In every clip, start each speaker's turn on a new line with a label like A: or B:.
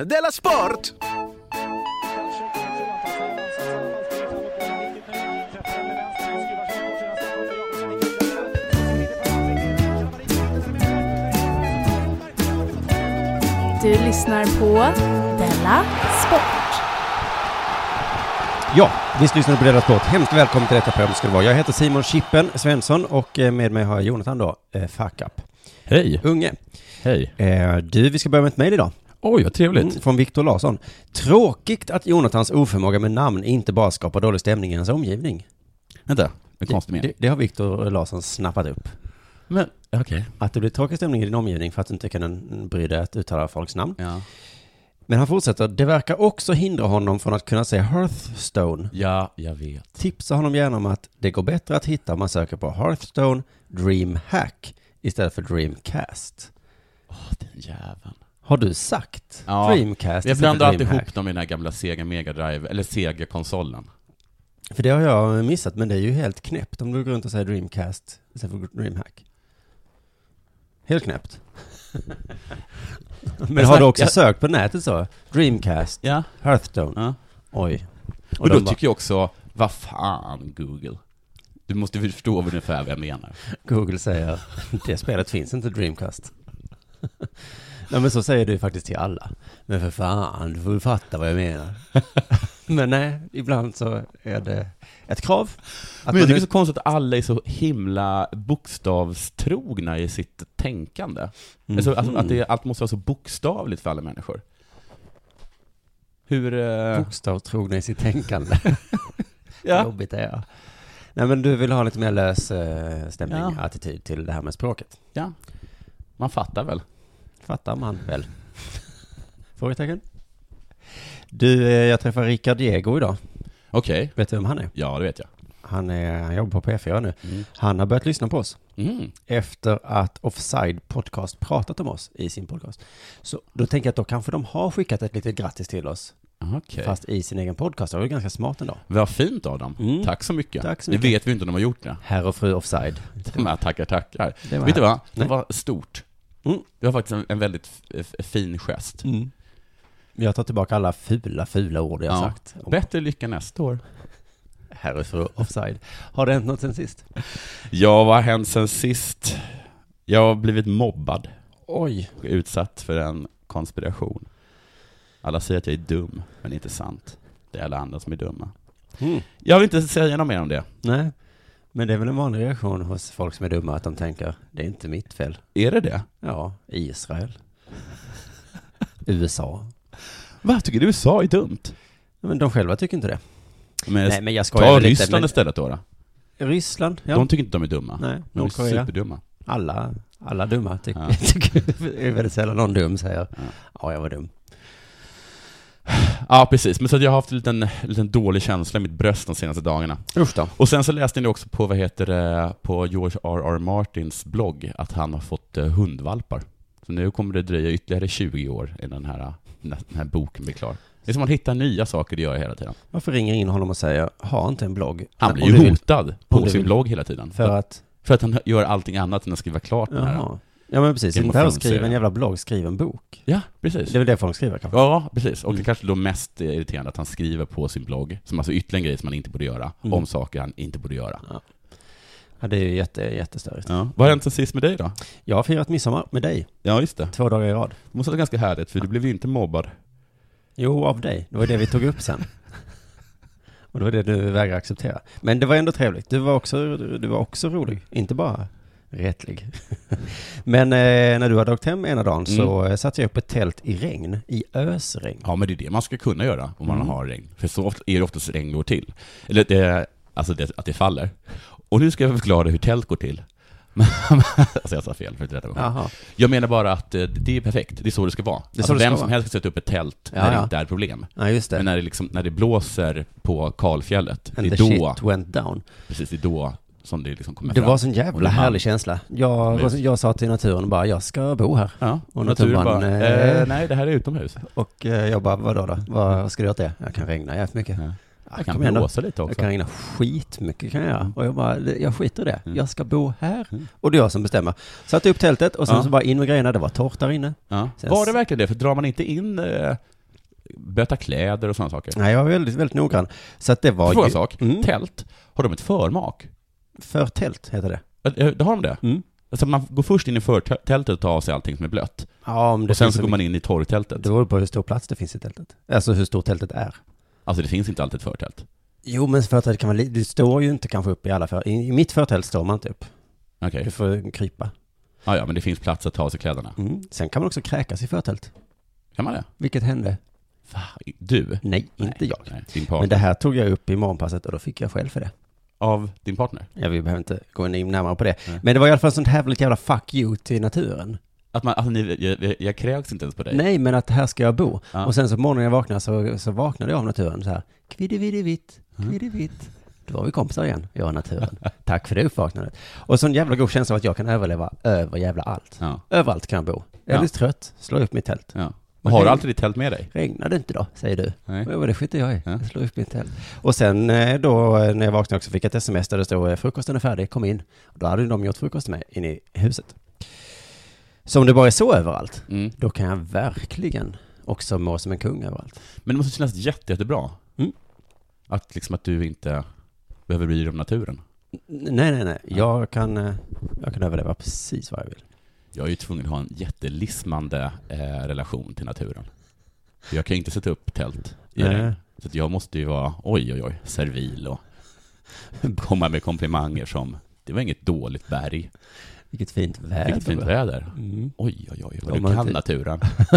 A: Della Sport!
B: Du lyssnar på Della Sport.
C: Ja, visst lyssnar du på Della Sport. Hemskt välkommen till detta program ska det vara. Jag heter Simon Chippen Svensson och med mig har jag Jonathan då, Fuck Up.
D: Hej.
C: Unge.
D: Hej.
C: Du, vi ska börja med ett mejl idag.
D: Oj, vad trevligt.
C: Från Viktor Larsson. Tråkigt att Jonathans oförmåga med namn inte bara skapar dålig stämning i hans omgivning.
D: Vänta, en konstig mening.
C: Det har Viktor Larsson snappat upp.
D: Men, okej.
C: Att det blir tråkig stämning i din omgivning för att du inte kan bry dig att uttala folks namn.
D: Ja.
C: Men han fortsätter, det verkar också hindra honom från att kunna säga Hearthstone.
D: Ja, jag vet.
C: Tipsa honom gärna om att det går bättre att hitta om man söker på Hearthstone DreamHack istället för Dreamcast.
D: Den jäveln.
C: Har du sagt
D: Ja,
C: Dreamcast?
D: Jag blandar alltid ihop dem i den här gamla Sega Mega Drive, eller Sega-konsolen.
C: För det har jag missat, men det är ju helt knäppt om du går runt och säger Dreamcast istället för DreamHack. Helt knäppt. Men har du också sökt på nätet så? Dreamcast,
D: Ja.
C: Hearthstone.
D: Ja.
C: Oj.
D: Och då tycker jag också, vad fan Google? Du måste förstå ungefär vad jag menar.
C: Google säger, det spelet finns inte Dreamcast. Nej, men så säger du faktiskt till alla. Men för fan, du får fatta vad jag menar. Men nej, ibland så är det ett krav.
D: Men jag tycker det är så konstigt att alla är så himla bokstavstrogna i sitt tänkande. Alltså, att allt måste vara så bokstavligt för alla människor. Hur...
C: Bokstavstrogna i sitt tänkande.
D: Ja.
C: Jobbigt är jag. Nej, men du vill ha lite mer lös stämning, attityd till det här med språket.
D: Ja, man fattar väl.
C: Fattar man väl? Frågetecken. Du, jag träffar Rickard Diego idag.
D: Okej.
C: Vet du vem han är?
D: Ja, det vet jag.
C: Han jobbar på P4 nu. Han har börjat lyssna på oss. Efter att Offside Podcast pratat om oss i sin podcast. Så då tänker jag att då kanske de har skickat ett litet grattis till oss.
D: Okay.
C: Fast i sin egen podcast. Det var ju ganska smart ändå.
D: Vad fint av dem. Tack så mycket.
C: Tack så mycket.
D: Det vet vi inte om de har gjort det.
C: Herr och fru Offside.
D: Tackar.
C: Vet
D: du vad? Det var stort. Det var faktiskt en väldigt fin gest.
C: Jag tar tillbaka alla fula ord jag har sagt.
D: Bättre lycka nästa år.
C: Herr och fru Offside. Har det hänt något sen sist?
D: Ja, vad har hänt sen sist? Jag har blivit mobbad.
C: Oj.
D: Utsatt för en konspiration. Alla säger att jag är dum, men det är inte sant. Det är alla andra som är dumma. Jag vill inte säga något mer om det.
C: Nej, men det är väl en vanlig reaktion hos folk som är dumma att de tänker, det är inte mitt fel.
D: Är det?
C: Ja, Israel. USA.
D: Vad tycker du USA är dumt?
C: Men de själva tycker inte det.
D: Men
C: jag skojar
D: ta
C: lite,
D: Ryssland istället då.
C: Ryssland, ja.
D: De tycker inte de är dumma.
C: Nej,
D: de är superdumma.
C: Alla dumma tycker det är väldigt sällan någon dum säger, ja, jag var dum.
D: Ja, precis. Men så att jag har haft en liten dålig känsla i mitt bröst de senaste dagarna.
C: Usch då.
D: Och sen så läste ni också på, på George R.R. Martins blogg att han har fått hundvalpar. Så nu kommer det dröja ytterligare 20 år innan den här boken blir klar. Det är som att man hittar nya saker det gör hela tiden.
C: Varför ringer in honom och säger, ha inte en blogg?
D: Han blir ju hotad på sin blogg hela tiden.
C: För att
D: han gör allting annat än att skriva klart den här.
C: Ja, men precis. Inte bara skriva en jävla blogg, skriv en bok.
D: Ja, precis.
C: Det är väl det folk skriver kanske.
D: Ja, precis. Och det kanske då mest irriterande att han skriver på sin blogg, som alltså ytterligare en grej som man inte borde göra, om saker han inte borde göra.
C: Ja, det är ju jättestörigt.
D: Ja. Vad har hänt sen sist med dig då?
C: Jag har firat midsommar med dig.
D: Ja, just det.
C: 2 dagar i rad.
D: Det måste vara ganska härligt, för du blev ju inte mobbad.
C: Jo, av dig. Det var det vi tog upp sen. Och det var det du vägrade acceptera. Men det var ändå trevligt. Du var också rolig. Inte bara rättlig. Men när du hade åkt hem ena dagen så satte jag upp ett tält i regn. I ösregn.
D: Ja, men det är det man ska kunna göra om man har regn. För så ofta är det oftast regn går till. Eller att det faller. Och nu ska jag förklara hur tält går till. Alltså jag sa fel för att rätta mig. Jag menar bara att det är perfekt. Det är så det ska vara. Alltså vem som helst ska sätta upp ett tält när det inte är problem.
C: Ja, just det.
D: Men när det blåser på kalfjället,
C: and
D: det är
C: the
D: då
C: shit went down.
D: Precis, det är då som det liksom kommer
C: det
D: fram.
C: var sån jävla härlig känsla. Jag sa till naturen bara, jag ska bo här.
D: Ja,
C: och naturen bara,
D: nej, det här är utomhus.
C: Och jag bara, vadå då? Vad ska du göra det? Jag kan regna jävligt mycket.
D: Jag kan blåsa lite också.
C: Jag kan regna skitmycket kan jag göra. Och jag skiter i det. Jag ska bo här. Och det är jag som bestämmer. Satte upp tältet och sen så bara in med grejerna. Det var torrt där inne.
D: Ja. Var det verkligen det? För drar man inte in böta kläder och sådana saker?
C: Nej, jag var väldigt, väldigt noggrann. Så att det var
D: ju... sak. Tält, har de ett förmak?
C: Förtält heter det.
D: Det har de det? Alltså man går först in i förtältet och tar av sig allting som är blött.
C: Ja,
D: och sen så går man in i torrtältet.
C: Det beror på hur stor plats det finns i tältet. Alltså hur stort tältet är.
D: Alltså det finns inte alltid ett förtält.
C: Jo, men förtält kan man... Det står ju inte kanske upp i alla för. I mitt förtält står man inte upp.
D: Okej.
C: Du får krypa.
D: Ja, men det finns plats att ta av sig kläderna.
C: Sen kan man också kräkas i förtält.
D: Kan man det?
C: Vilket hände?
D: Du?
C: Nej, inte jag.
D: Nej, din partner.
C: Men det här tog jag upp i morgonpasset och då fick jag själv för det.
D: Av din partner?
C: Ja, vi behöver inte gå in närmare på det. Nej. Men det var i alla fall sånt här jävla fuck you till naturen.
D: Att man, alltså, jag kräks inte ens på dig.
C: Nej, men att här ska jag bo. Ja. Och sen så på morgonen jag vaknade så vaknade jag av naturen så här. Kviddividivitt, kviddivitt. Då var vi kompisar igen, jag och naturen. Tack för det uppvaknandet. Och sån jävla god känsla av att jag kan överleva över jävla allt. Ja. Överallt kan jag bo. Jag är lite trött, slå upp mitt tält.
D: Ja. Har du alltid ditt tält med dig?
C: Regnar det inte då, säger du.
D: Nej.
C: Och det skiter jag i. Jag slår upp mitt tält. Och sen då när jag vaknade också fick jag ett sms där det stod frukosten är färdig, kom in. Och då hade de gjort frukost med in i huset. Så om det bara är så överallt, då kan jag verkligen också må som en kung överallt.
D: Men det måste kännas jättebra. Att du inte behöver bry dig om naturen.
C: Nej. Jag kan överleva precis vad jag vill.
D: Jag är ju tvungen att ha en jättelismande relation till naturen. Jag kan inte sätta upp tält i det. Så att jag måste ju vara, oj, servil och komma med komplimanger som, det var inget dåligt berg.
C: Vilket fint väder.
D: Oj, vad du kan naturen.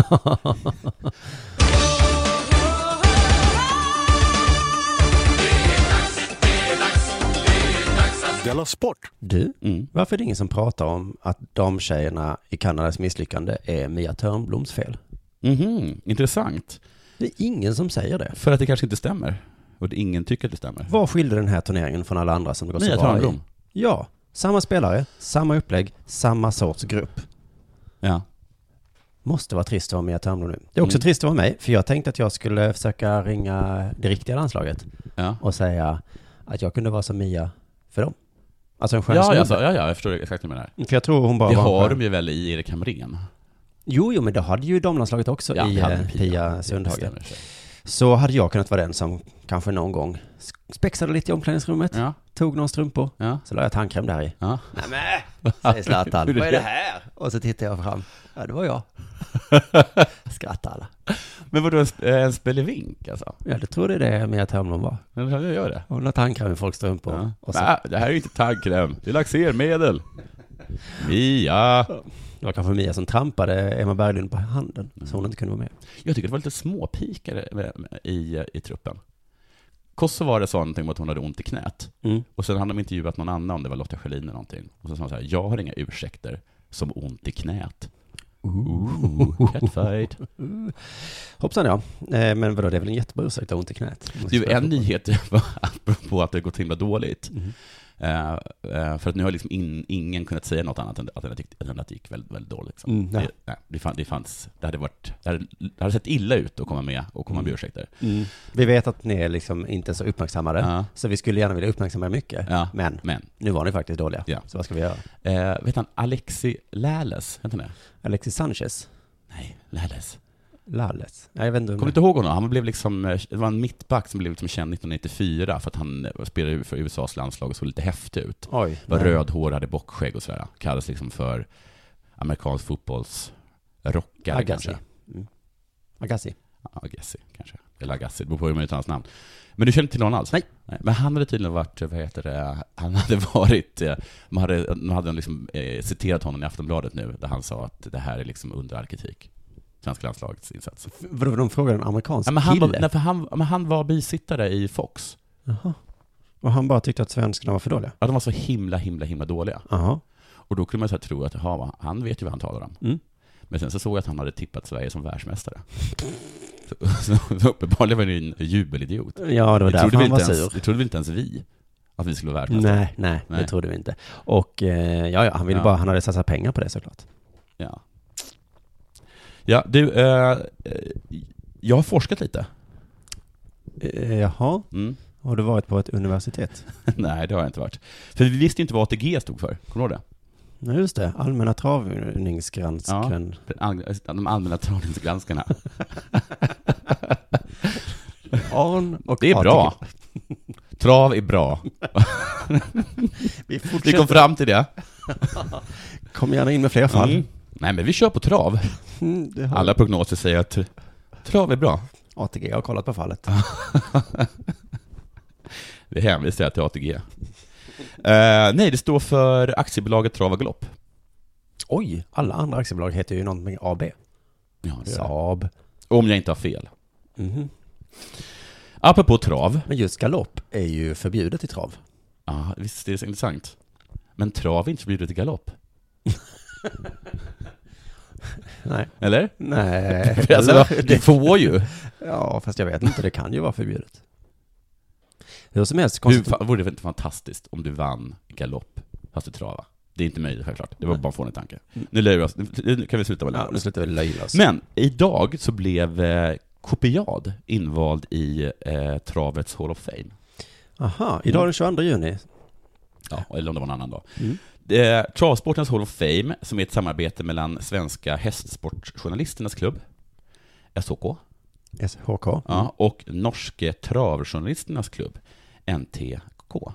A: Della Sport.
C: Du, varför är det ingen som pratar om att de tjejerna i Kanadas misslyckande är Mia Törnbloms fel?
D: Intressant.
C: Det är ingen som säger det.
D: För att det kanske inte stämmer. Och det ingen tycker att det stämmer.
C: Vad skiljer den här turneringen från alla andra som det går
D: Mia
C: så bra
D: Törnblom.
C: i? Ja, samma spelare, samma upplägg, samma sorts grupp.
D: Ja.
C: Måste vara trist att vara Mia Törnblom nu. Det är också trist att vara mig, för jag tänkte att jag skulle försöka ringa det riktiga landslaget och säga att jag kunde vara som Mia för dem. Alltså en skön
D: jag förstår exakt vad du menar.
C: För jag tror hon bara
D: det har de ju väl i Erik Hamrén.
C: Jo, men det hade ju damlandslaget också i Pia Sundhagen. Så hade jag kunnat vara den som kanske någon gång spexade lite i omklädningsrummet, tog någon strumpor, så la jag tandkräm där i. Nämen, säger Zlatan, vad är det här? Och så tittar jag fram, det var jag. Skrattar alla.
D: Men vadå, en spelevink alltså?
C: Ja, det tror det är det Mia Törnblom var.
D: Men jag gör det.
C: Och la tandkräm i folks strumpor. Och så...
D: Nej, det här är ju inte tandkräm, det är laxermedel. Mia!
C: Det var kanske Mia som trampade Emma Berglund på handen så hon inte kunde vara med.
D: Jag tycker det var lite småpikare i truppen. Kosovo sa någonting om att hon hade ont i knät. Och sen hade de intervjuat någon annan, om det var Lotta Schelin eller någonting. Och så sa hon så här, jag har inga ursäkter som ont i knät. Catfight.
C: Hoppsan ja. Men vadå, det är väl en jättebra ursäkt att ha ont i knät.
D: Det är ju en nyhet på att det gått himla dåligt. För att nu har liksom ingen kunnat säga något annat än att det gick väldigt, väldigt dåligt. Liksom. Det hade sett illa ut att komma med och komma med ursäkter.
C: Vi vet att ni är liksom inte så uppmärksammade, så vi skulle gärna vilja uppmärksamma mycket. Men nu var ni faktiskt dåliga. Så vad ska vi göra?
D: Vet han Alexi Lales? Vet han det?
C: Alexis Sanchez?
D: Nej, Lales.
C: Nej, jag vet inte.
D: Kommer du inte ihåg honom? Han blev liksom, det var en mittback som blev liksom känd 1994 för att han spelade för USAs landslag och såg lite häftig ut.
C: Oj.
D: Var rödhår, hade bockskägg och sådär. Kallades liksom för amerikansk fotbolls rockare kanske.
C: Agassi
D: kanske. Eller Agassi, det beror på hur man uttalar hans namn. Men du känner till honom alls?
C: Nej.
D: Men han hade tydligen varit, han hade varit, man hade liksom citerat honom i Aftonbladet nu, där han sa att det här är liksom under all kritik. Svenska landslagets insats.
C: Vadå, de frågade en amerikansk
D: kille? Han var bisittare i Fox.
C: Jaha. Och han bara tyckte att svenskarna var för dåliga?
D: Ja, de var så himla dåliga.
C: Jaha.
D: Och då kunde man så här tro att han vet ju vad han talar om. Men sen så såg jag att han hade tippat Sverige som världsmästare. Så uppenbarligen var det en jubelidiot.
C: Ja, det var därför han var sur.
D: Det trodde vi inte ens vi. Att vi skulle vara världsmästare.
C: Nej, det trodde vi inte. Och han ville bara, han hade satsat pengar på det såklart.
D: Ja, du, jag har forskat lite.
C: Jaha. Har du varit på ett universitet?
D: Nej, det har jag inte varit. För vi visste inte vad ATG stod för. Kommer du ihåg det?
C: Nej, just det. Allmänna travningsgransken.
D: Ja, de allmänna travningsgranskarna.
C: Och
D: det är bra. Trav är bra. Vi kom fram till det.
C: Kom gärna in med fler fall.
D: Nej, men vi kör på trav. Alla prognoser säger att trav är bra.
C: ATG har kollat på fallet.
D: Vi hänvisar till ATG. Nej, det står för aktiebolaget Trav och Galopp.
C: Oj, alla andra aktiebolag heter ju något med AB.
D: Ja, det
C: Saab.
D: Om jag inte har fel.
C: Mm-hmm.
D: Apropå trav.
C: Men just galopp är ju förbjudet i trav.
D: Ja, visst är det så intressant. Men trav är inte förbjudet i galopp.
C: Nej.
D: Eller?
C: Nej.
D: Alltså, det får ju.
C: Ja, fast jag vet inte. Det kan ju vara förbjudet. Hur som helst.
D: Vore det inte fantastiskt om du vann galopp fast du trava? Det är inte möjligt, självklart. Det var bara få en tanke. Nu kan vi sluta med det.
C: Ja, nu slutar vi löjlas.
D: Men idag så blev Copiad invald i travets Hall of Fame.
C: Aha, idag är den 22 juni.
D: Ja, eller om det var en annan dag. Travsportens Hall of Fame, som är ett samarbete mellan Svenska hästsportjournalisternas klubb, SHK. Ja, och Norske travjournalisternas klubb, NTK.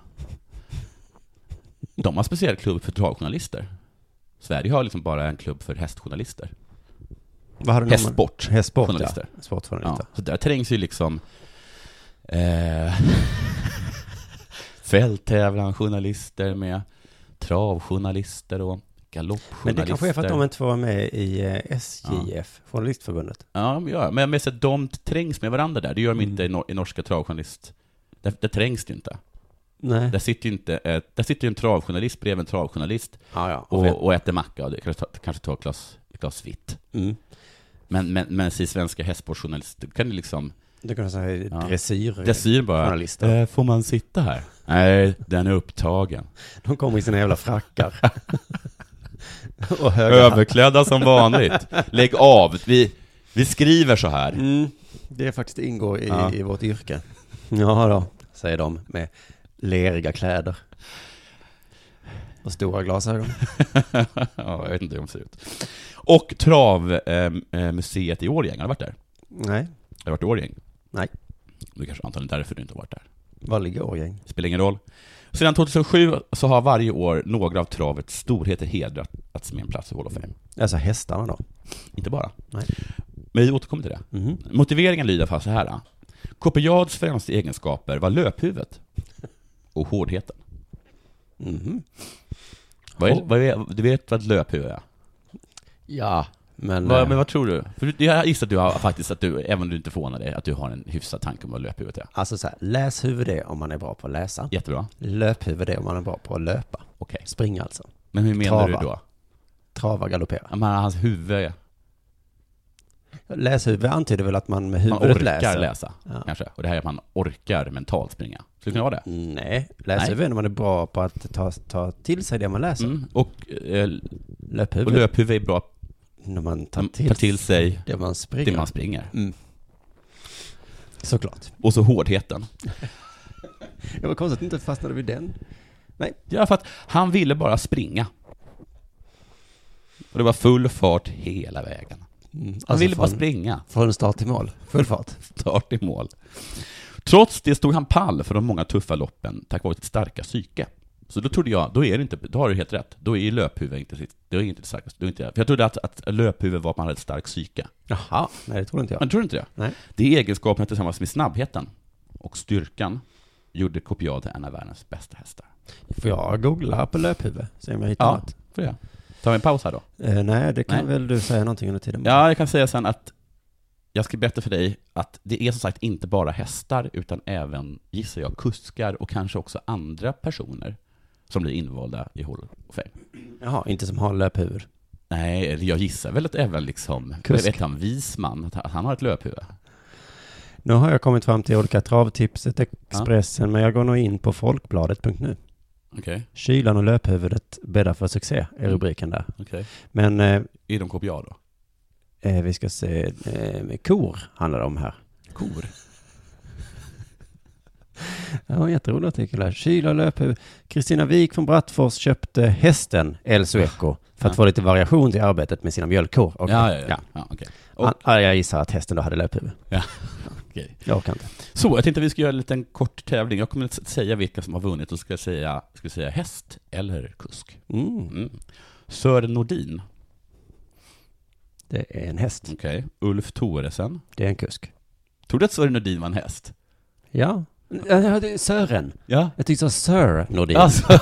D: De har en speciell klubb för travjournalister. Sverige har liksom bara en klubb för hästjournalister.
C: Vad har du
D: Hästsportjournalister.
C: Ja. Sportjournalister.
D: Ja, så där trängs ju liksom fälttävlanjournalister med travjournalister och galoppjournalister.
C: Men det kanske är för att de inte får vara med i SJF, Journalistförbundet.
D: Ja, men jag menar att de trängs med varandra där. Det gör de inte i norska travjournalist. Där trängs det inte.
C: Nej.
D: Där sitter ju en travjournalist bredvid en travjournalist och äter macka och kanske tar ett glas vitt.
C: Mm.
D: Men i svenska hästsportjournalister kan det liksom...
C: Du kan säga
D: dressyr bara. Får man sitta här? Nej, den är upptagen.
C: De kommer i sina jävla frackar.
D: och överklädda som vanligt. Lägg av. Vi skriver så här.
C: Det faktiskt ingår i vårt yrke. Ja då, säger de med leriga kläder. Och stora glasögon.
D: Ja, jag vet inte hur de ser ut. Och travmuseet i Årjäng, har du varit där?
C: Nej.
D: Har du varit i Årjäng?
C: Nej.
D: Det är kanske antagligen därför du inte har varit där.
C: Var ligger Årjäng?
D: Spelar ingen roll. Sedan 2007 så har varje år några av travets storheter hedrats med en plats i Hall of Fame.
C: Alltså hästarna då?
D: Inte bara.
C: Nej.
D: Men vi återkommer till det.
C: Mm-hmm.
D: Motiveringen lyder fast så här. Copiads främsta egenskaper var löphuvudet och hårdheten.
C: Mm-hmm.
D: Du vet vad löphuvud är?
C: Ja, men
D: vad tror du? För jag gissar att du har faktiskt, att du, även om du inte förvånar dig, att du har en hyfsad tanke om vad löphuvudet är.
C: Alltså så här, läshuvud är om man är bra på att läsa.
D: Jättebra.
C: Löphuvud är om man är bra på att löpa.
D: Okej.
C: Springa alltså.
D: Men hur menar du då?
C: Trava, galoppera.
D: Men hans huvud är...
C: Läshuvud antyder väl att man med huvudet läser.
D: Man orkar läsa, kanske. Och det här är att man orkar mentalt springa. Skulle det kunna vara det?
C: Nej, läshuvud är när man är bra på att ta till sig det man läser.
D: Och löphuvud är bra
C: när man
D: tar till sig
C: det man springer. Såklart.
D: Och så hårdheten.
C: Det var konstigt att inte fastnade vid den. Nej.
D: Ja, för att han ville bara springa. Och det var full fart hela vägen. Han ville bara springa.
C: Från start till mål. Full fart.
D: Start till mål. Trots det stod han pall för de många tuffa loppen tack vare sitt starka psyke. Så då trodde jag, då har du helt rätt. Då är löphuvud inte det starkaste. För jag trodde att löphuvud var att man hade ett starkt psyke.
C: Jaha, nej det trodde inte jag.
D: Men tror du inte det?
C: Nej.
D: Det är egenskaperna tillsammans med snabbheten och styrkan gjorde Copiad till en av världens bästa hästar.
C: Får jag googla på löphuvud? Se om jag hittar något.
D: Får jag. Tar vi en paus här då?
C: Nej, det kan väl du säga någonting under tiden.
D: Ja, jag kan säga sen att jag ska berätta för dig att det är som sagt inte bara hästar utan även, gissar jag, kuskar och kanske också andra personer som blir invalda i Hall of Fame.
C: Jaha, inte som har löphuvud.
D: Nej, jag gissar väl att även liksom,
C: Kusk.
D: jag vet han Wisman, att han har ett löphuvud.
C: Nu har jag kommit fram till olika travtipset, Expressen, men jag går nog in på folkbladet.nu.
D: Okay.
C: Kylan och löphuvudet bäddar för succé är rubriken där.
D: Okay.
C: Men
D: är de Copiad då?
C: Vi ska se, kor handlar det om här.
D: Kor?
C: Ja, en jätterolig artikel här. Kyla och löphuvud. Kristina Wik från Brattfors köpte hästen El Sueco för att få lite variation till arbetet med sina mjölkkor. Okay.
D: Ja, okay.
C: Jag gissar att hästen då hade löphuvud.
D: Ja, okay.
C: Jag kan inte.
D: Så, jag tänkte att vi ska göra en liten kort tävling. Jag kommer att säga vilka som har vunnit och ska säga häst eller kusk. Sören Nordin.
C: Det är en häst.
D: Okej. Ulf Thoresen.
C: Det är en kusk.
D: Tror du att Sören Nordin var en häst?
C: Ja. Sören.
D: Ja.
C: Jag tyckte så Sir Nordin.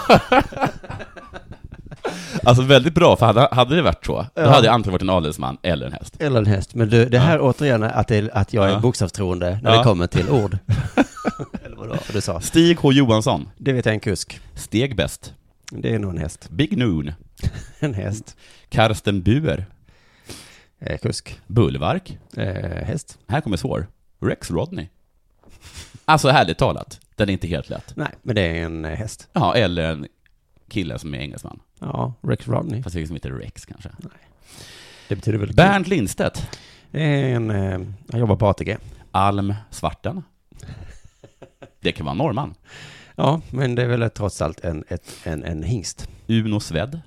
D: Alltså väldigt bra, för hade det varit så, då hade jag antagligen varit en adelsman eller en häst.
C: Eller en häst. Men du, det här återigen att jag är bokstavstroende när det kommer till ord. Eller vadå du sa?
D: Stig H. Johansson.
C: Det vet jag en kusk.
D: Steg bäst.
C: Det är nog en häst.
D: Big Noon.
C: En häst.
D: Karsten Buer.
C: Kusk.
D: Bulvark.
C: Häst.
D: Här kommer svår. Rex Rodney. Alltså härligt talat. Den är inte helt lätt.
C: Nej, men det är en häst.
D: Ja, eller en kille som är engelsman.
C: Ja, Rex Rodney.
D: Fast det är som inte Rex kanske.
C: Nej. Det betyder väl
D: Bernt Lindstedt.
C: Det är han jobbar på ATG.
D: Alm Svarten. Det kan vara en norrman.
C: Ja, men det är väl trots allt en hingst.
D: Uno Sved.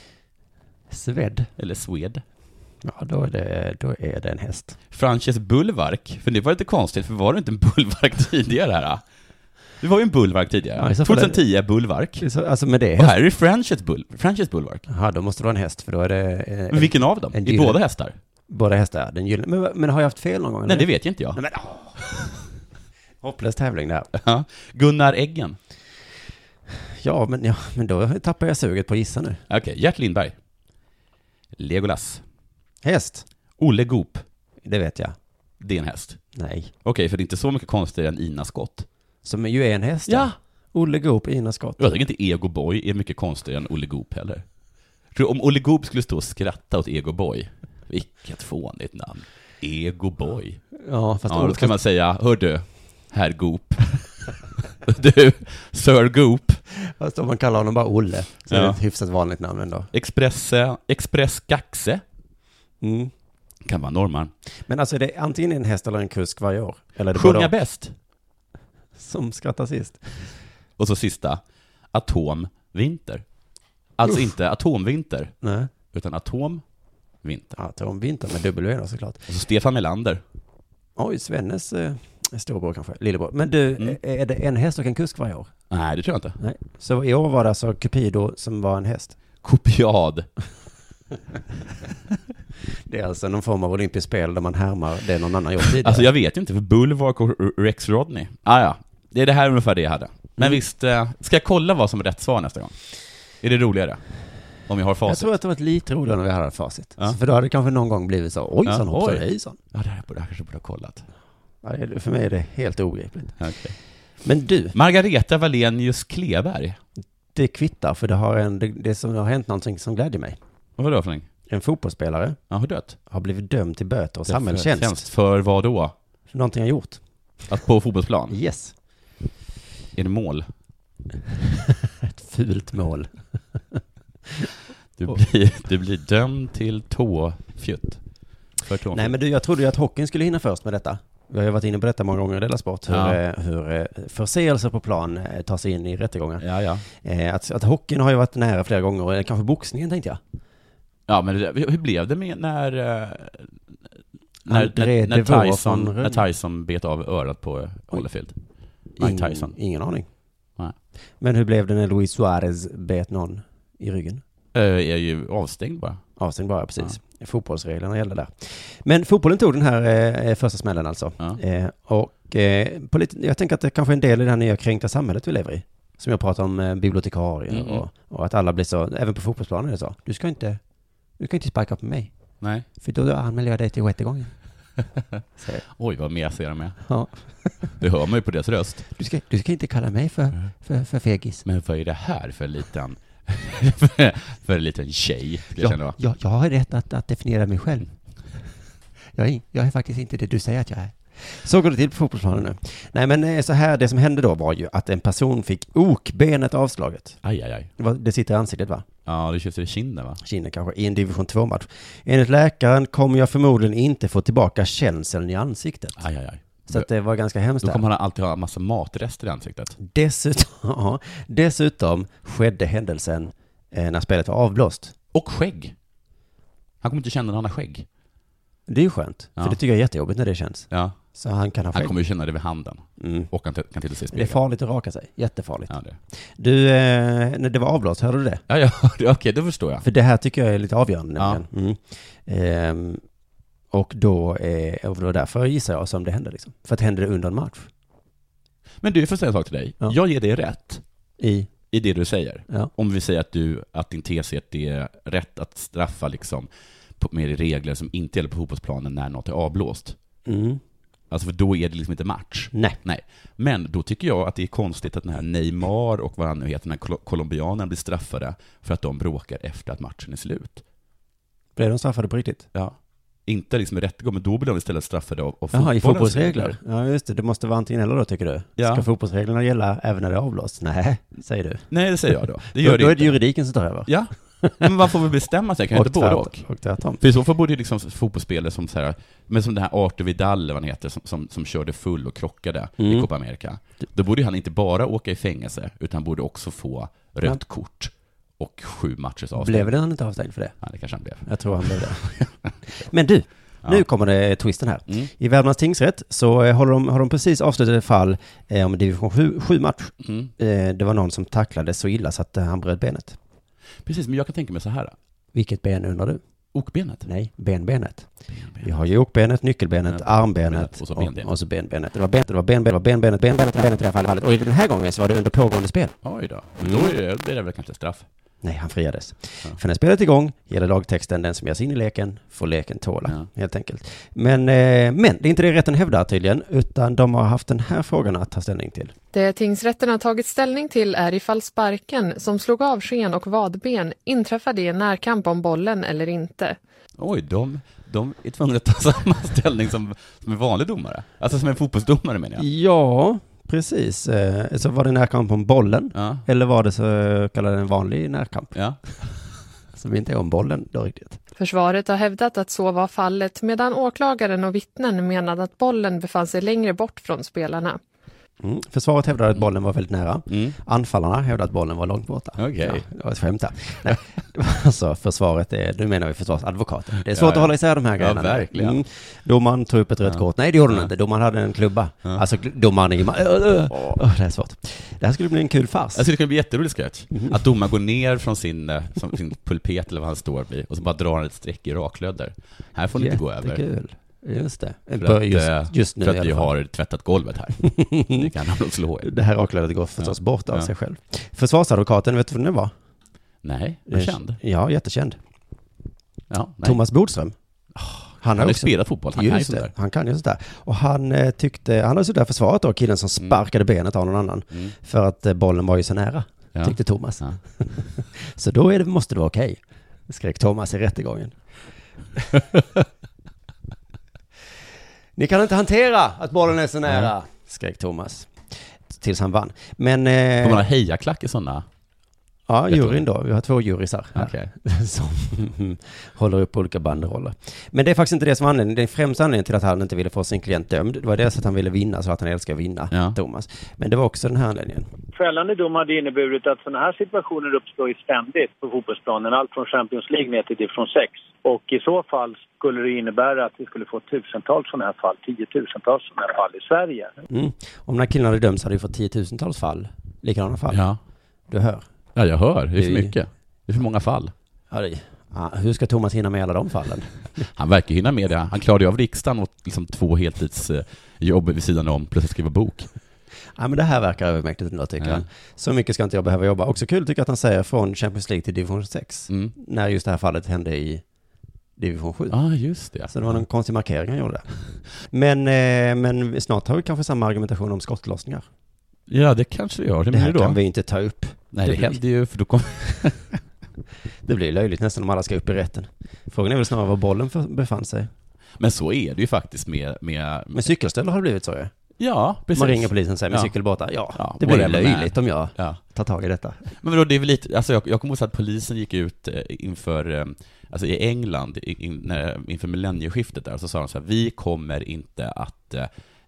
C: Sved.
D: Eller Swed.
C: Ja, då är det en häst.
D: Frances Bulvark. För det var lite konstigt, för var det inte en bulvark tidigare här? Det var ju en bulvark tidigare.
C: Ja,
D: 2010 bulvark.
C: Alltså med det.
D: Och här är det Frances Bulvark.
C: Ja, då måste det vara en häst, för då är det...
D: Men vilken av dem? Är båda hästar?
C: Båda hästar, den gyllene. Men har jag haft fel någon gång?
D: Nej, det vet jag inte jag.
C: Nej, hopplös tävling där.
D: Ja. Gunnar Eggen.
C: Ja, men då tappar jag suget på gissa nu.
D: Okej, Gert Lindberg. Legolas.
C: Häst.
D: Olle Goop.
C: Det vet jag.
D: Det är en häst.
C: Nej.
D: Okej, för det är inte så mycket konstigare än Ina Skott.
C: Som ju är en häst.
D: Ja.
C: Olle Goop, Ina Skott.
D: Jag tycker inte Ego Boy är mycket konstigare än Olle Goop heller. För om Olle Goop skulle stå och skratta åt Ego Boy, vilket fånigt namn. Ego Boy.
C: Ja, fast
D: då ska man säga, hör du, herr Goop. Du, Sir Goop.
C: Fast om man kallar honom bara Olle, så är det ett hyfsat vanligt namn ändå.
D: Express Gaxe. Kan vara norrman.
C: Men alltså är det antingen en häst eller en kusk varje år? Eller är det
D: Sjunga bäst.
C: Som skrattar sist.
D: Och så sista, Atomvinter. Alltså inte atomvinter.
C: Nej.
D: Utan atomvinter.
C: Atomvinter med W då såklart.
D: Och så Stefan Melander.
C: Oj, Svennes storbror kanske, lillebror. Men du, är det en häst och en kusk varje år?
D: Nej, det tror jag inte.
C: Nej. Så i år var det alltså Cupido som var en häst?
D: Kopiad.
C: Det är alltså någon form av olympiskt spel där man härmar det någon annan gjort tidigare.
D: Alltså jag vet inte, för Bulwark och Rex Rodney. Ja. Det är det här ungefär det jag hade. Men visst, ska jag kolla vad som är rätt svar nästa gång? Är det roligare? Om jag har facit.
C: Jag tror att det var lite roligare när vi hade facit.
D: Ja.
C: För då hade det kanske någon gång blivit så, ojsan, hoppsan, hejsan.
D: Ja, det här kanske borde ha kollat.
C: Ja, för mig är det helt obegripligt.
D: Okay.
C: Men du.
D: Margareta Wallenius Kleberg.
C: Det kvittar, för det som har hänt någonting som glädjer mig.
D: Vad var det för någonting?
C: En fotbollsspelare
D: har dött.
C: Har blivit dömd till böter och samhällstjänst.
D: För vad då?
C: För någonting har gjort.
D: Att på fotbollsplan?
C: Yes.
D: Är det mål?
C: Ett fult mål.
D: Du blir dömd till tåfjutt.
C: Nej, men du, jag trodde ju att hockeyn skulle hinna först med detta. Vi har ju varit inne på detta många gånger i Della Sport. Hur förseelser på plan tar sig in i rättegångar.
D: Ja.
C: Att hockeyn har ju varit nära flera gånger. Eller kanske boxningen, tänkte jag.
D: Ja, men hur blev det med när Tyson bet av örat på Holyfield? Mike Tyson.
C: Ingen aning.
D: Nej.
C: Men hur blev det när Luis Suarez bet någon i ryggen?
D: Är ju avstängd bara.
C: Avstängd bara, precis. Ja. Fotbollsreglerna gällde där. Men fotbollen tog den här första smällen alltså.
D: Ja.
C: Jag tänker att det kanske är en del i det här nya kränkta samhället vi lever i. Som jag pratar om bibliotekarier och att alla blir så, även på fotbollsplanen är det så. Du kan inte sparka på mig.
D: Nej.
C: För då anmäler jag dig till rättegången.
D: Oj, vad mesiga de är.
C: Ja.
D: Det hör man ju på deras röst.
C: Du ska inte kalla mig för fegis.
D: Men vad är det här för liten för en liten tjej?
C: Jag har rätt att definiera mig själv. Jag är faktiskt inte det du säger att jag är. Så går det till på fotbollsplanen nu. Nej, men så här, det som hände då var ju att en person fick okbenet avslaget.
D: Aj.
C: Det sitter i ansiktet, va?
D: Ja, det sitter i kinden, va?
C: Kinden kanske, i en division 2-match. Enligt läkaren kommer jag förmodligen inte få tillbaka känseln i ansiktet.
D: Aj.
C: Så att det var ganska hemskt.
D: Då kommer han alltid ha en massa matrester i ansiktet.
C: Dessutom skedde händelsen när spelet var avblåst.
D: Och skägg. Han kommer inte känna när han har skägg.
C: Det är ju skönt, för det tycker jag är jättejobbigt när det känns.
D: Ja.
C: Så han kan ha skägg.
D: Han kommer ju känna det vid handen. Och han kan till sig
C: det är farligt att raka sig, jättefarligt.
D: Ja, det.
C: Du, när det var avblåst, hörde du det?
D: Ja, okej, då förstår jag.
C: För det här tycker jag är lite avgörande. Och då därför gissar jag som det hände liksom. För att hände det under en match.
D: Men du, får säga en sak till dig. Ja. Jag ger dig rätt i det du säger.
C: Ja.
D: Om vi säger att din tes är att det är rätt att straffa liksom med regler som inte gäller på fotbollsplanen när något är avblåst. Alltså för då är det liksom inte match. Nej. Men då tycker jag att det är konstigt att den här Neymar och vad han nu heter, den här colombianen blir straffade för att de bråkar efter att matchen är slut.
C: Blev de straffade på riktigt?
D: Ja. Inte liksom i rättegång, men då blir de istället straffade av
C: fotbollens i fotbollsregler. Ja, just det. Det måste vara antingen eller då, tycker du. Ja. Ska fotbollsreglerna gälla även när det är avblåst? Nej, säger du.
D: Nej, det säger jag då.
C: Det gör då är det juridiken som tar över.
D: Ja. Men man får väl bestämma sig, kan inte både och. För i så fall borde ju liksom fotbollsspelare som så här, men som det här Arthur Vidal, vad han heter, som körde full och krockade i Copa America. Då borde han inte bara åka i fängelse, utan borde också få rött kort och 7 matchers avstängning.
C: Blev det han inte avstängd för det?
D: Ja, det kanske han blev.
C: Jag tror han blev det. Men du, nu kommer det twisten här. I Värmlands tingsrätt så har de precis avslutat ett fall om division 7-match. Det var någon som tacklade så illa så att han bröt benet.
D: Precis, men jag kan tänka mig så här.
C: Vilket ben undrar du?
D: Okbenet?
C: Nej, benbenet. Vi har ju okbenet, nyckelbenet, armbenet och så benbenet. Det var benbenet i det här fallet. Och i den här gången så var det under pågående spel.
D: Oj då. Då är det väl kanske straff.
C: Nej, han friades. För när spelet är igång gäller lagtexten den som ger sig in i leken får leken tåla, helt enkelt. Men det är inte det rätten hävdar tydligen, utan de har haft den här frågan att ta ställning till.
A: Det tingsrätten har tagit ställning till är ifall sparken som slog av sken och vadben inträffade i en närkamp om bollen eller inte.
D: Oj, de är tvungna att ta samma ställning som en vanlig domare. Alltså som en fotbollsdomare, menar jag.
C: Ja, precis. Så var det närkamp om bollen? Ja. Eller var det så kallad en vanlig närkamp?
D: Ja.
C: Som inte är om bollen då riktigt.
A: Försvaret har hävdat att så var fallet, medan åklagaren och vittnen menade att bollen befann sig längre bort från spelarna.
C: Försvaret hävdade att bollen var väldigt nära. Anfallarna hävdade att bollen var långt borta.
D: Okej.
C: Ja, det var ett skämt här. Nej, alltså försvaret nu menar vi försvarsadvokaten. Det är svårt att hålla isär de här grejerna.
D: Ja, verkligen.
C: Domaren tog upp ett rött kort. Nej, det gjorde hon inte. Domaren hade en klubba. Alltså domaren det är svårt. Det här skulle bli en kul fars.
D: Alltså det skulle bli jätteroligt sketch. Att domaren går ner från sin pulpet eller vad han står vid och så bara drar han ett streck i raklödder. Här får ni inte gå över.
C: Jättekul. Just det.
D: Just nu för att vi har tvättat golvet här. Det kan han slå i.
C: Det här raklödet går förstås bort av sig själv. Försvarsadvokaten, vet du vad det var?
D: Nej, är känd?
C: Ja, jättekänd.
D: Ja,
C: Thomas Bodström.
D: Han har spelat fotboll, han kan ju sådär.
C: Han kan ju sådär. Och han har sådär försvarat då killen som sparkade benet av någon annan. För att bollen var ju så nära, tyckte Thomas. Ja. Så då måste det vara okej. Skrek Thomas i rättegången. Ni kan inte hantera att bollen är så nära, skrek Thomas. Tills han vann. Men
D: får man ha hejaklack i sådana?
C: Ja, juryn då. Vi har 2 jurysar här som håller upp olika banderoller. Men det är faktiskt inte det som är anledningen. Det är främst anledningen till att han inte ville få sin klient dömd. Det var dels att han ville vinna, så att han älskar vinna, Thomas. Men det var också den här anledningen.
E: Fällande dom hade inneburit att sådana här situationer uppstår ständigt på fotbollsplanen. Allt från Champions League ner till division 6. Och i så fall skulle det innebära att vi skulle få tusentals sådana här fall, 10-tusentals sådana här fall i Sverige.
C: Om den här killen hade dömts hade vi fått 10-tusentals fall, likadana fall.
D: Ja.
C: Du hör.
D: Ja, jag hör. Det är för mycket. Det är för många fall.
C: Hur ska Thomas hinna med alla de fallen?
D: Han verkar hinna med det. Han klarade av riksdagen och liksom 2 heltidsjobb vid sidan om, plus att skriva bok.
C: Ja, men det här verkar övermäktigt ändå, tycker han. Så mycket ska inte jag behöva jobba. Också kul tycker jag att han säger från Champions League till division 6. När just det här fallet hände i division 7.
D: Ja, just det.
C: Så det var någon konstig markering han gjorde där. Men snart har vi kanske samma argumentation om skottlossningar.
D: Ja, det kanske vi gör.
C: Det här kan vi inte ta upp.
D: Nej, det händer ju, för då kommer...
C: Det blir löjligt nästan om alla ska upp i rätten. Frågan är väl snarare var bollen befann sig.
D: Men så är det ju faktiskt med
C: cykelstölder har det blivit så ju.
D: Ja, precis.
C: Man ringer polisen och säger med cykelbåtar. Ja, det blir löjligt om jag tar tag i detta.
D: Men då det är väl lite, alltså jag kommer ihåg att polisen gick ut inför, alltså i England inför millennieskiftet där, så sa de så här: vi kommer inte att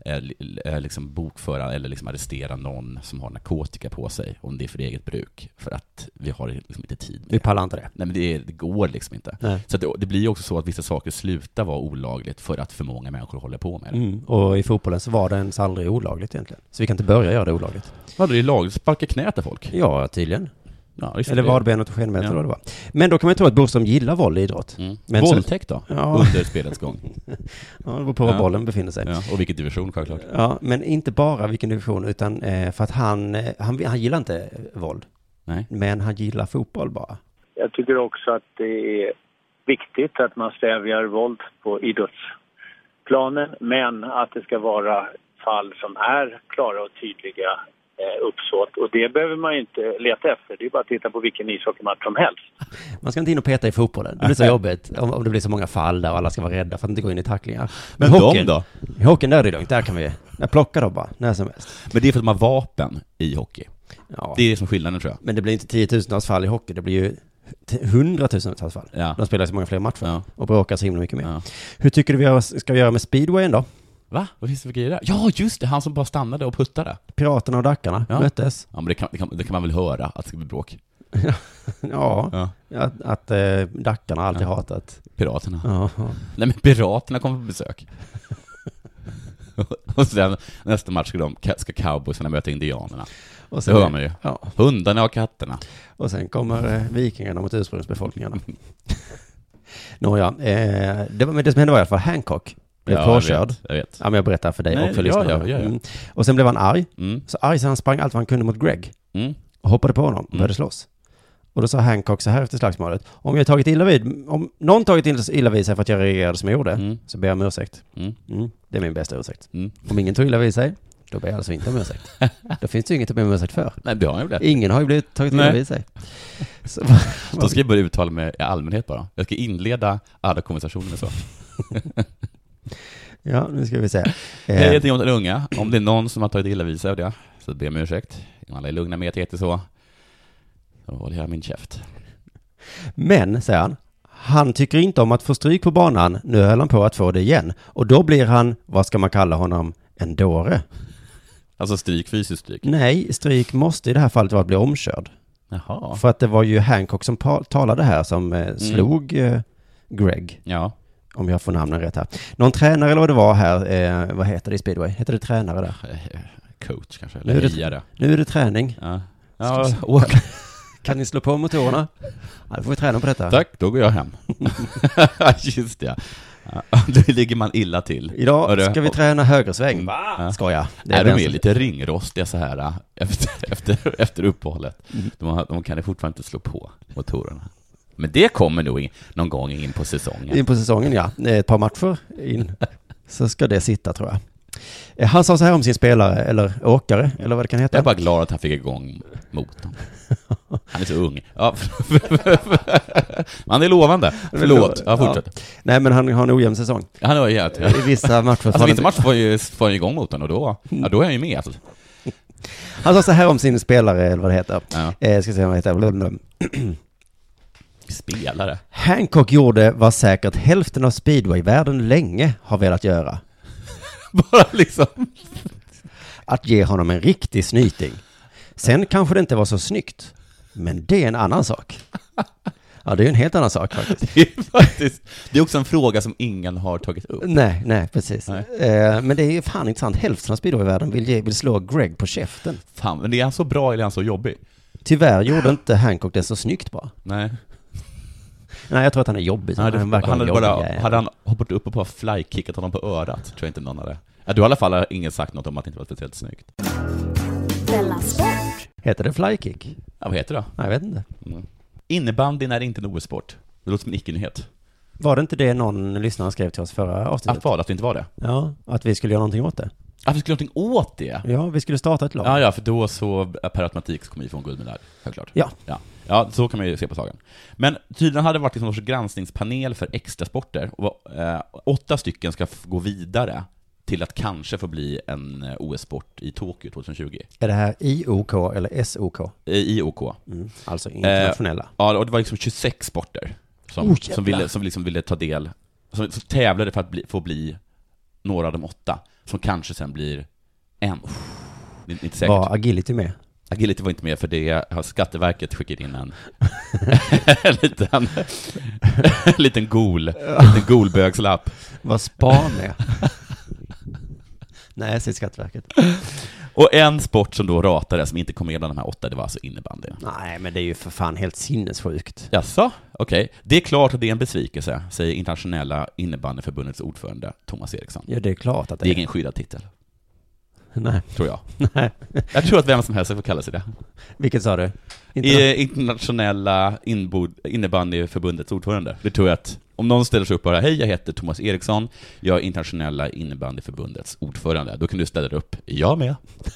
D: liksom bokföra eller liksom arrestera någon som har narkotika på sig om det är för eget bruk, för att vi har liksom inte tid med
C: Vi pallar inte det.
D: Nej, men det går liksom inte. Nej. Så det blir ju också så att vissa saker slutar vara olagligt för att för många människor håller på med det.
C: Och i fotbollen så var det ens aldrig olagligt egentligen. Så vi kan inte börja göra det olagligt.
D: Var det lagligt? Sparka knät av folk?
C: Ja, tydligen.
D: Ja,
C: eller vadbenet och skenbenet, tror jag det var. Men då kan man ju tro att Boström gillar våld i idrott.
D: Men våldtäkt då? Ja. Under spelets gång.
C: Ja, det beror på var bollen befinner sig.
D: Ja, och vilken division, självklart.
C: Ja, men inte bara vilken division, utan för att han gillar inte våld.
D: Nej.
C: Men han gillar fotboll bara.
E: Jag tycker också att det är viktigt att man stävjar våld på idrottsplanen, men att det ska vara fall som är klara och tydliga uppsåt. Och det behöver man ju inte leta efter. Det är bara att titta på vilken ishockeymatch som helst.
C: Man ska inte in och peta i fotbollen. Det blir så jobbigt om det blir så många fall där och alla ska vara rädda för att inte gå in i tacklingar.
D: Men hockeyn då?
C: I hockeyn där är det lugnt. Där kan vi plocka dem bara, när som helst.
D: Men det är för att de har vapen i hockey.
C: Ja.
D: Det är det som skillnaden, tror jag.
C: Men det blir inte 10,000-tals fall i hockey. Det blir ju 100,000-tals fall.
D: Ja.
C: De spelar så många fler matcher och bråkar så himla mycket mer. Ja. Hur tycker du vi ska göra med speedwayen då?
D: Va? Vad finns det för grejer där? Ja, just det. Han som bara stannade och puttade.
C: Piraterna och Dackarna möttes.
D: Ja, men det kan man väl höra att det ska bli bråk.
C: Att Dackarna alltid hatat
D: Piraterna.
C: Ja.
D: Nej, men Piraterna kommer på besök. Och sen nästa match ska cowboysarna möta indianerna. Och sen, det hör man ju. Ja. Hundarna och katterna.
C: Och sen kommer vikingarna mot ursprungsbefolkningarna. Nåja, men det som hände var i alla fall Hancock blev påkörd.
D: Jag vet.
C: Ja, men jag berättar för dig och för lyssnarna.
D: Ja.
C: Och sen blev han arg. Så arg så han sprang allt vad han kunde mot Greg. Och hoppade på honom och började slåss. Och då sa Hancock så här efter slagsmålet: om någon tagit illa vid sig för att jag reagerade som jag gjorde, så ber jag om ursäkt. Det är min bästa ursäkt. Om ingen tog illa vid sig, då ber jag alltså inte om ursäkt. Då finns det ju inget att be om ursäkt för.
D: Nej, det har jag blivit.
C: Ingen har ju blivit tagit illa vid sig. Så
D: då ska jag börja uttala mig i allmänhet bara. Jag ska inleda alla konversationer så.
C: Ja, nu ska vi se.
D: Hej, jag heter Jonathan Unga. Om det är någon som har tagit illa vid sig av det, så ber jag om ursäkt. Om alla är lugna med att jag heter så håller jag min käft.
C: Men, säger han tycker inte om att få stryk på banan. Nu höll han på att få det igen. Och då blir han, vad ska man kalla honom, en dåre.
D: Alltså fysiskt stryk?
C: Nej, stryk måste i det här fallet vara att bli omkörd.
D: Jaha.
C: För att det var ju Hancock som talade här som slog Greg.
D: Ja.
C: Om jag får namnen rätt här. Någon tränare eller vad det var här, vad heter det i speedway? Heter det tränare där?
D: Coach kanske, eller
C: nu är det träning.
D: Ja.
C: Kan ni slå på motorerna? Ja, då får vi träna på detta.
D: Tack, då går jag hem. Just det. Då ligger man illa till.
C: Idag ska vi träna högersväng. Va? Skoja.
D: De är lite ringrostiga så här efter uppehållet. De kan fortfarande inte slå på motorerna. Men det kommer nog någon gång in på säsongen.
C: In på säsongen, ja. Ett par matcher in så ska det sitta, tror jag. Han sa så här om sin spelare, eller åkare, eller vad det kan heta.
D: Jag är bara glad att han fick igång motorn. Han är så ung. Ja. Han är lovande. Förlåt. Ja, fortsätt.
C: Ja. Nej, men han har en ojämn säsong.
D: Han har jätt.
C: I vissa matcher.
D: Alltså vissa matcher får han igång motorn och då är han ju med. Alltså.
C: Han sa så här om sin spelare, eller vad det heter. Ja. Ska se vad det heter.
D: Spelare.
C: Hancock gjorde vad säkert hälften av speedway-världen länge har velat göra.
D: Bara liksom
C: att ge honom en riktig snyting. Sen kanske det inte var så snyggt, men det är en annan sak. Ja, det är en helt annan sak faktiskt.
D: Det är också en fråga som ingen har tagit upp.
C: Nej, precis. Nej. Men det är fan intressant. Hälften av speedway-världen vill slå Greg på käften.
D: Fan, men är han så bra eller är han så jobbig?
C: Tyvärr gjorde inte Hancock det så snyggt bara.
D: Nej,
C: jag tror att han är jobbig.
D: Hade han hoppat upp och på flykickat honom på örat, tror jag inte någon hade. Du i alla fall har ingen sagt något om att det inte var speciellt snyggt. Heter
C: det flykick?
D: Ja, vad heter det?
C: Nej, jag vet inte.
D: Innebandyn är inte en OS-sport. Det låter som en icke-nyhet.
C: Var det inte det någon lyssnare skrev till oss förra avsnittet?
D: Att det inte var det?
C: Ja, att vi skulle göra någonting åt det.
D: Att vi skulle göra någonting åt det?
C: Ja, vi skulle starta ett lag.
D: Ja, för då så per automatik så kommer vi få en guldmedalj, självklart.
C: Ja,
D: så kan man ju se på saken. Men tydligen hade det varit en sorts granskningspanel för extra sporter. Och 8 stycken ska gå vidare till att kanske få bli en OS-sport i Tokyo 2020.
C: Är det här IOK eller SOK?
D: IOK.
C: Alltså internationella.
D: Ja, och det var liksom 26 sporter som ville ta del, som tävlade för att få bli några av de 8. som kanske sen blir en. Det är inte säkert.
C: Var agility med?
D: Agility var inte med, för det har Skatteverket skickat in en liten golbögslapp.
C: Var span med? Nej, säger Skatteverket.
D: Och en sport som då ratade, som inte kom med bland de här 8, det var alltså innebandy.
C: Nej, men det är ju för fan helt sinnessjukt.
D: Jaså? Okej. Det är klart att det är en besvikelse, säger internationella innebandyförbundets ordförande Thomas Eriksson.
C: Ja, det är klart att
D: Det är ingen skyddad titel,
C: Nej.
D: tror jag.
C: Nej.
D: Jag tror att vem som helst får kalla sig det.
C: Vilket sa du?
D: Internationella innebandyförbundets ordförande. Det tror jag att om någon ställer sig upp och bara, hej, jag heter Thomas Eriksson, jag är internationella innebandyförbundets ordförande. Då kan du ställa dig upp, jag med.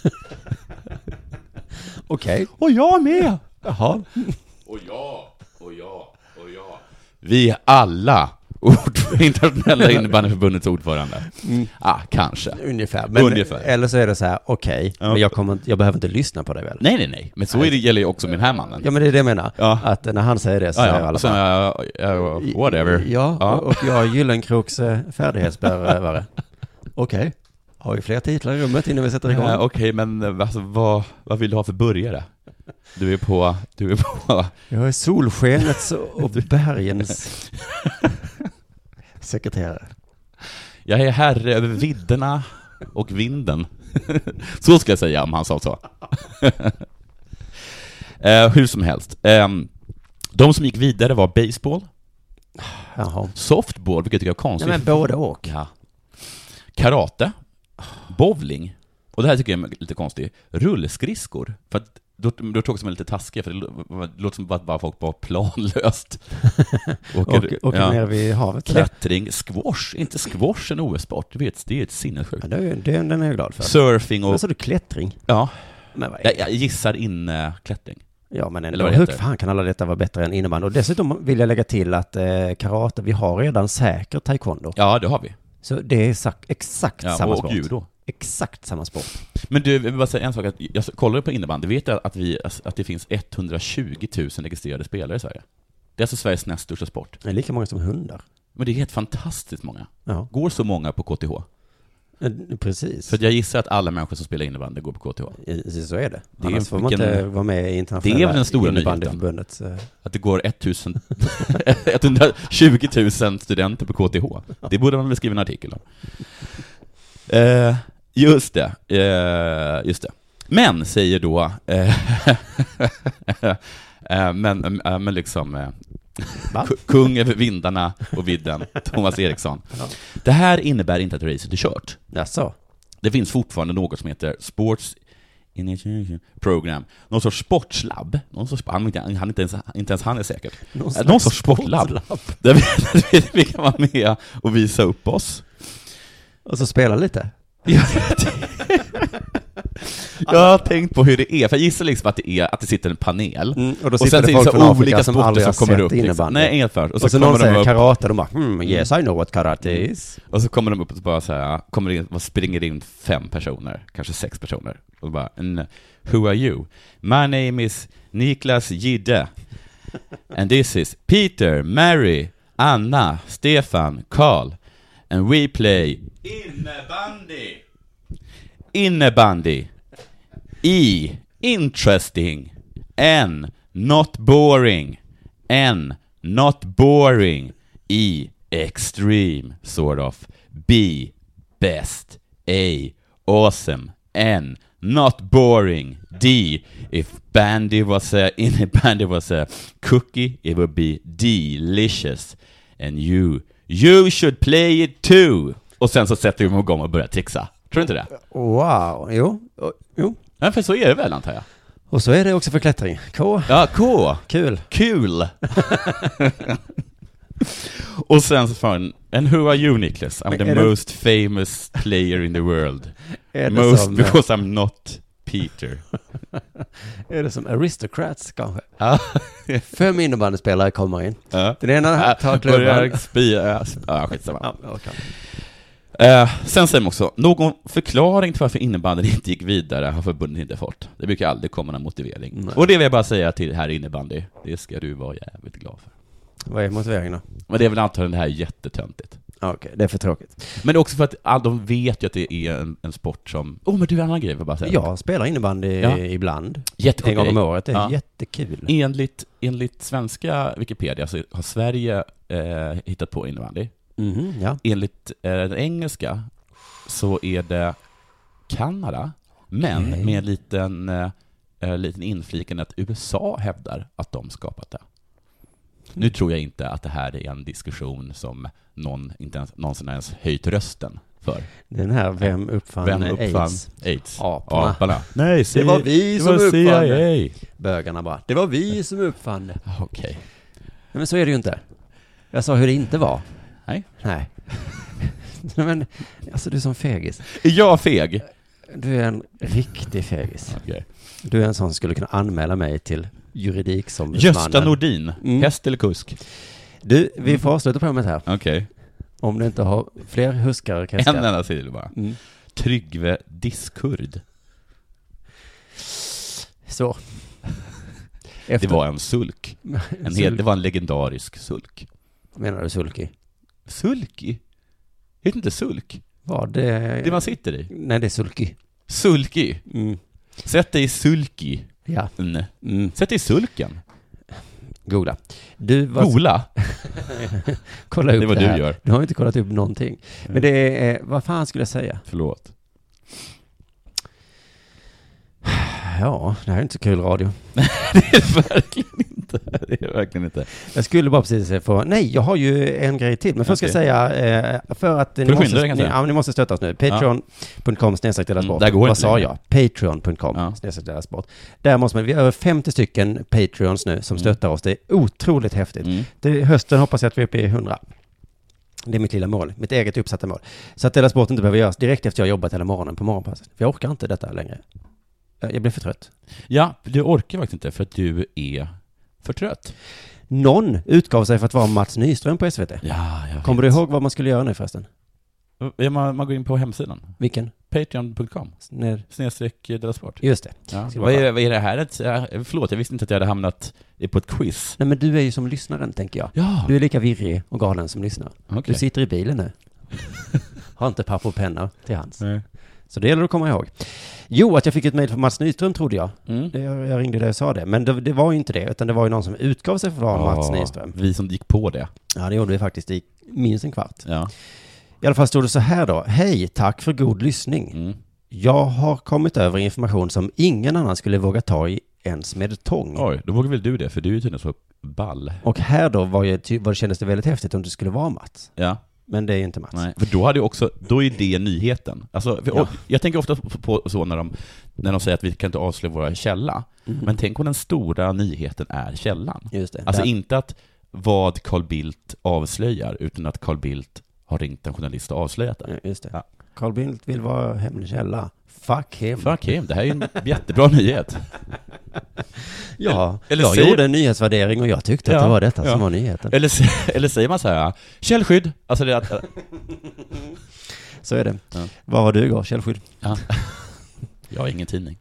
C: Okej.
D: Och jag med.
C: Jaha.
D: Och jag. Vi är alla internationella innebandyförbundets ordförande. Kanske.
C: Ungefär. Men
D: Ungefär.
C: Eller så är det så här, okej,
D: Ja.
C: men jag behöver inte lyssna på dig väl?
D: Nej. Men så är det, gäller ju också med den här mannen.
C: Ja, men det är det jag menar.
D: Ja.
C: Att när han säger det så säger alla
D: Och sen, whatever.
C: Ja, och jag är Gyllenkroks färdighetsbärare. Okej. Har vi fler titlar i rummet innan vi sätter igång?
D: Okej, men alltså, vad vill du ha för burgare? Du är på...
C: Jag är solskenets och bergens sekreterare.
D: Jag är herre över vidderna och vinden. Så ska jag säga om han sa så. Hur som helst. De som gick vidare var baseball,
C: Jaha.
D: softball, vilket jag tycker är konstigt.
C: Nej, men både och.
D: Ja. Karate, bowling, och det här tycker jag är lite konstigt, rullskridskor, för att då tror jag också som är lite taskiga, för det låter som att bara folk bara planlöst
C: och ner vid havet.
D: Klättring, squash, inte squash en OS-sport, du vet, det är ett sinnessjukt.
C: Ja, den är jag glad för.
D: Surfing och...
C: Men så du klättring?
D: Ja,
C: Men vad är det?
D: jag gissar in klättring.
C: Ja, men
D: Eller vad
C: ändå,
D: det
C: hur
D: heter.
C: fan kan alla detta vara bättre än innebandy? Och dessutom vill jag lägga till att karate, vi har redan säkert taekwondo.
D: Ja, det har vi.
C: Så det är exakt samma
D: och
C: sport.
D: judo.
C: Exakt samma sport.
D: Men du, jag vill bara säga en sak, att jag kollade på innebandy, vet jag att det finns 120 000 registrerade spelare i Sverige. Det är alltså Sveriges näst största sport.
C: Det är lika många som hundar.
D: Men det är helt fantastiskt många.
C: Ja,
D: Går så många på KTH?
C: precis.
D: För att jag gissar att alla människor som spelar innebandy går på KTH.
C: Så är det.
D: Det är
C: Annars får man
D: vilken-
C: inte vara med i internationella
D: Det är väl den stora
C: innebandyförbundet.
D: Att det går 120 000 studenter på KTH. Det borde man väl skriva en artikel om. Just det. Men, säger då... men liksom... kung över vindarna och vidden, Thomas Eriksson.
C: Ja.
D: Det här innebär inte att racet är kört.
C: Jaså?
D: Det finns fortfarande något som heter Sports Initiation Program. Någon sorts sportslabb. Inte ens han är säkert. Någon sorts sportlabb. Där vi kan vara med och visa upp oss.
C: Och så spela lite.
D: Jag har tänkt på hur det är, för jag gissar liksom att det sitter en panel.
C: Och då
D: och
C: sitter
D: sen
C: det
D: är
C: folk
D: så
C: från Afrika
D: olika
C: som
D: sporter
C: aldrig har
D: som kommer
C: sett
D: upp. Liksom.
C: innebandy.
D: Nej, helt för.
C: Och så någon säger karate, de bara, yes I know what karate is.
D: Och så kommer de upp och bara så här, springer in 5 personer, kanske 6 personer. Och bara, who are you? My name is Niklas Gidde. And this is Peter, Mary, Anna, Stefan, Carl. And we play innebandy. E, interesting. N, not boring. N, not boring. E, extreme, sort of. B, best. A, awesome. N, not boring. D, if innebandy was a cookie, it would be delicious. And you should play it too. Och sen så sätter vi igång och börjar trixa. Tror du inte det?
C: Wow, jo.
D: Ja, för så är det väl, antar jag.
C: Och så är det också för klättring. K.
D: Ja, K.
C: Kul.
D: Och sen så får and who are you, Niklas? I'm
C: Men
D: the most famous player in the world.
C: Är det
D: Most
C: som,
D: because I'm not Peter.
C: Är det som Aristocrats kanske?
D: Ja.
C: 5 innebandyspelare kommer in.
D: Ja.
C: Den ena tar klubban.
D: Börjar spia. Ja, skitsamma.
C: Ja, okay.
D: Sen säger man också, någon förklaring till varför innebandyn inte gick vidare har förbundet inte fått. Det brukar aldrig komma någon motivering.
C: Nej.
D: Och det vill jag bara säga till här innebandy, det ska du vara jävligt glad för.
C: Vad är motiveringen då?
D: Men det är väl antagligen det här jättetöntigt.
C: Okej, det är för tråkigt.
D: Men också för att de vet ju att det är en sport som... men du är en annan grej, bara säga.
C: Jag spelar innebandy ibland.
D: Jättekul
C: en gång om
D: grej.
C: året, det är jättekul.
D: Enligt svenska Wikipedia så har Sverige hittat på innebandy.
C: Ja.
D: Enligt den engelska så är det Kanada, men med en liten infliken att USA hävdar att de skapat det. Nu tror jag inte att det här är en diskussion som någon inte någonsin ens höjt rösten för.
C: Den här, vem uppfann AIDS?
D: Aporna. Nej,
C: det var vi som uppfann
D: det.
C: Bögarna bara, det var vi som uppfann det.
D: Okej.
C: Men så är det ju inte. Jag sa hur det inte var.
D: Nej.
C: Men, alltså du är som fegis.
D: Är jag feg?
C: Du är en riktig fegis.
D: Okay.
C: Du är en sån som skulle kunna anmäla mig till juridiksombudsmannen.
D: Gösta Nordin, häst eller kusk?
C: Du, vi får avsluta programmet här.
D: Okej.
C: Om du inte har fler huskar kan jag
D: en enda sidor bara. Tryggve Diskurd.
C: Så.
D: Det var en sulk. Det var en legendarisk sulk.
C: Menar du sulky?
D: Sulky? Heter inte sulk?
C: Vad det?
D: Det man sitter i?
C: Nej, det är sulky.
D: Sulky? Sätt dig i sulky.
C: Ja.
D: Sätt dig i sulken.
C: Googla.
D: Googla?
C: Kolla upp
D: det. Vad
C: det här.
D: Du gör.
C: Du har inte kollat upp någonting. Men det är, vad fan skulle jag säga?
D: Förlåt.
C: Ja, det här är inte så kul radio.
D: Det är verkligen inte.
C: Jag skulle bara precis få... Nej, jag har ju en grej till. Men först ska jag säga... För att ni måste stötta oss nu. Patreon.com/delarsport. Vad sa jag? Patreon.com/delarsport. Där måste man... Vi har över 50 stycken Patreons nu som stöttar oss. Det är otroligt häftigt. Hösten hoppas jag att vi är uppe i 100. Det är mitt lilla mål. Mitt eget uppsatta mål. Så att Delarsport inte behöver göras direkt efter jag jobbat hela morgonen på morgonpasset. För jag orkar inte detta längre. Jag blir för trött.
D: Ja, du orkar faktiskt inte för att du är för trött.
C: Någon utgav sig för att vara Mats Nyström på SVT.
D: Ja,
C: kommer du ihåg vad man skulle göra nu förresten?
D: Man går in på hemsidan.
C: Vilken?
D: Patreon.com/Delarsport.
C: Just det.
D: Ja. Vad är det här? Förlåt, jag visste inte att jag hade hamnat på ett quiz.
C: Nej, men du är ju som lyssnaren, tänker jag.
D: Ja.
C: Du är lika virrig och galen som lyssnar.
D: Okay.
C: Du sitter i bilen nu. Har inte papper och penna till hands.
D: Nej.
C: Så det gäller att komma ihåg. Jo, att jag fick ett mejl från Mats Nyström trodde jag. Jag ringde där och sa det. Men det var ju inte det, utan det var ju någon som utgav sig för att vara Mats Nyström.
D: Vi som gick på det.
C: Ja, det gjorde vi faktiskt i minst en kvart.
D: Ja.
C: I alla fall stod det så här då. Hej, tack för god lyssning. Jag har kommit över information som ingen annan skulle våga ta i ens med tång.
D: Oj, då vågar väl du det, för du är ju tydligen så ball.
C: Och här då kändes det väldigt häftigt om det skulle vara Mats.
D: Ja.
C: Men det är ju inte Mats.
D: Nej, för då är det nyheten. Alltså, jag tänker ofta på så när de säger att vi kan inte avslöja våra källa. Men tänk om den stora nyheten är källan.
C: Just det.
D: Alltså inte att vad Carl Bildt avslöjar, utan att Carl Bildt har ringt en journalist och avslöjat det.
C: Just det. Ja. Carl Bildt vill vara hemlig källa. Fuck him.
D: Det här är en jättebra nyhet.
C: Ja, jag gjorde en nyhetsvärdering och jag tyckte att det var detta som var nyheten.
D: Eller säger man så här, källskydd. Alltså det att...
C: Så är det. Ja. Vad var du igår? Källskydd?
D: Ja. Jag har ingen tidning.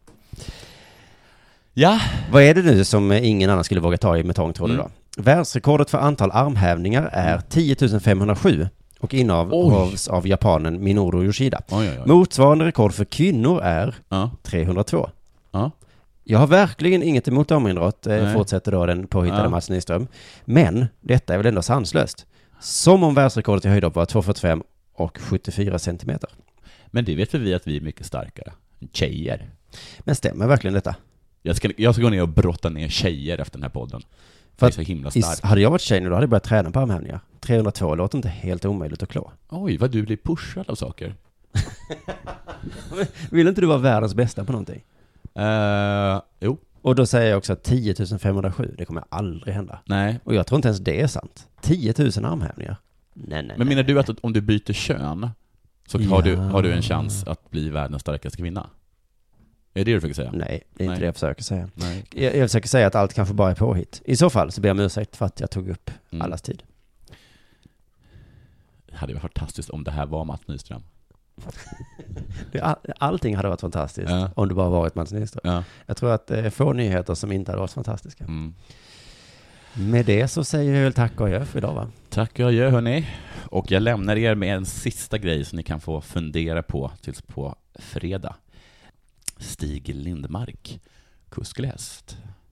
D: Ja.
C: Vad är det nu som ingen annan skulle våga ta i med tång, tror du då? Världsrekordet för antal armhävningar är 10 507 och innehas av japanen Minoru Yoshida.
D: Oj.
C: Motsvarande rekord för kvinnor är 302.
D: Ja.
C: Jag har verkligen inget emot damidrott, fortsätter då den påhittade Mats Nyström. Men detta är väl ändå sanslöst. Som om världsrekordet i höjdhopp var 2,45 och 74 centimeter.
D: Men det vet vi att vi är mycket starkare. Tjejer.
C: Men stämmer verkligen detta?
D: Jag ska gå ner och brotta ner tjejer efter den här podden. För att, det är så himla starkt.
C: Hade jag varit tjej nu, då hade jag börjat träna på armhävningar. 302 låter inte helt omöjligt att klå.
D: Oj, vad du blir pushad av saker.
C: Vill inte du vara världens bästa på någonting?
D: Jo.
C: Och då säger jag också att 10 507, det kommer aldrig hända.
D: Nej.
C: Och jag tror inte ens det är sant. 10 000 armhävningar. Nej.
D: Men menar du att om du byter kön så har du en chans att bli världens starkaste kvinna? Är det du försöker säga?
C: Nej, det är inte det jag försöker säga.
D: Nej.
C: Jag försöker säga att allt kanske bara är påhitt. I så fall så ber jag om ursäkt för att jag tog upp allas tid.
D: Det hade varit fantastiskt om det här var Mats Nyström.
C: Allting hade varit fantastiskt om det bara varit Mats Nyström. Ja. Jag tror att få nyheter som inte hade varit fantastiska. Med det så säger jag väl tack och adjö för idag, va?
D: Tack och adjö, hörni. Och jag lämnar er med en sista grej som ni kan få fundera på tills på fredag. Stig Lindmark, kusk eller häst?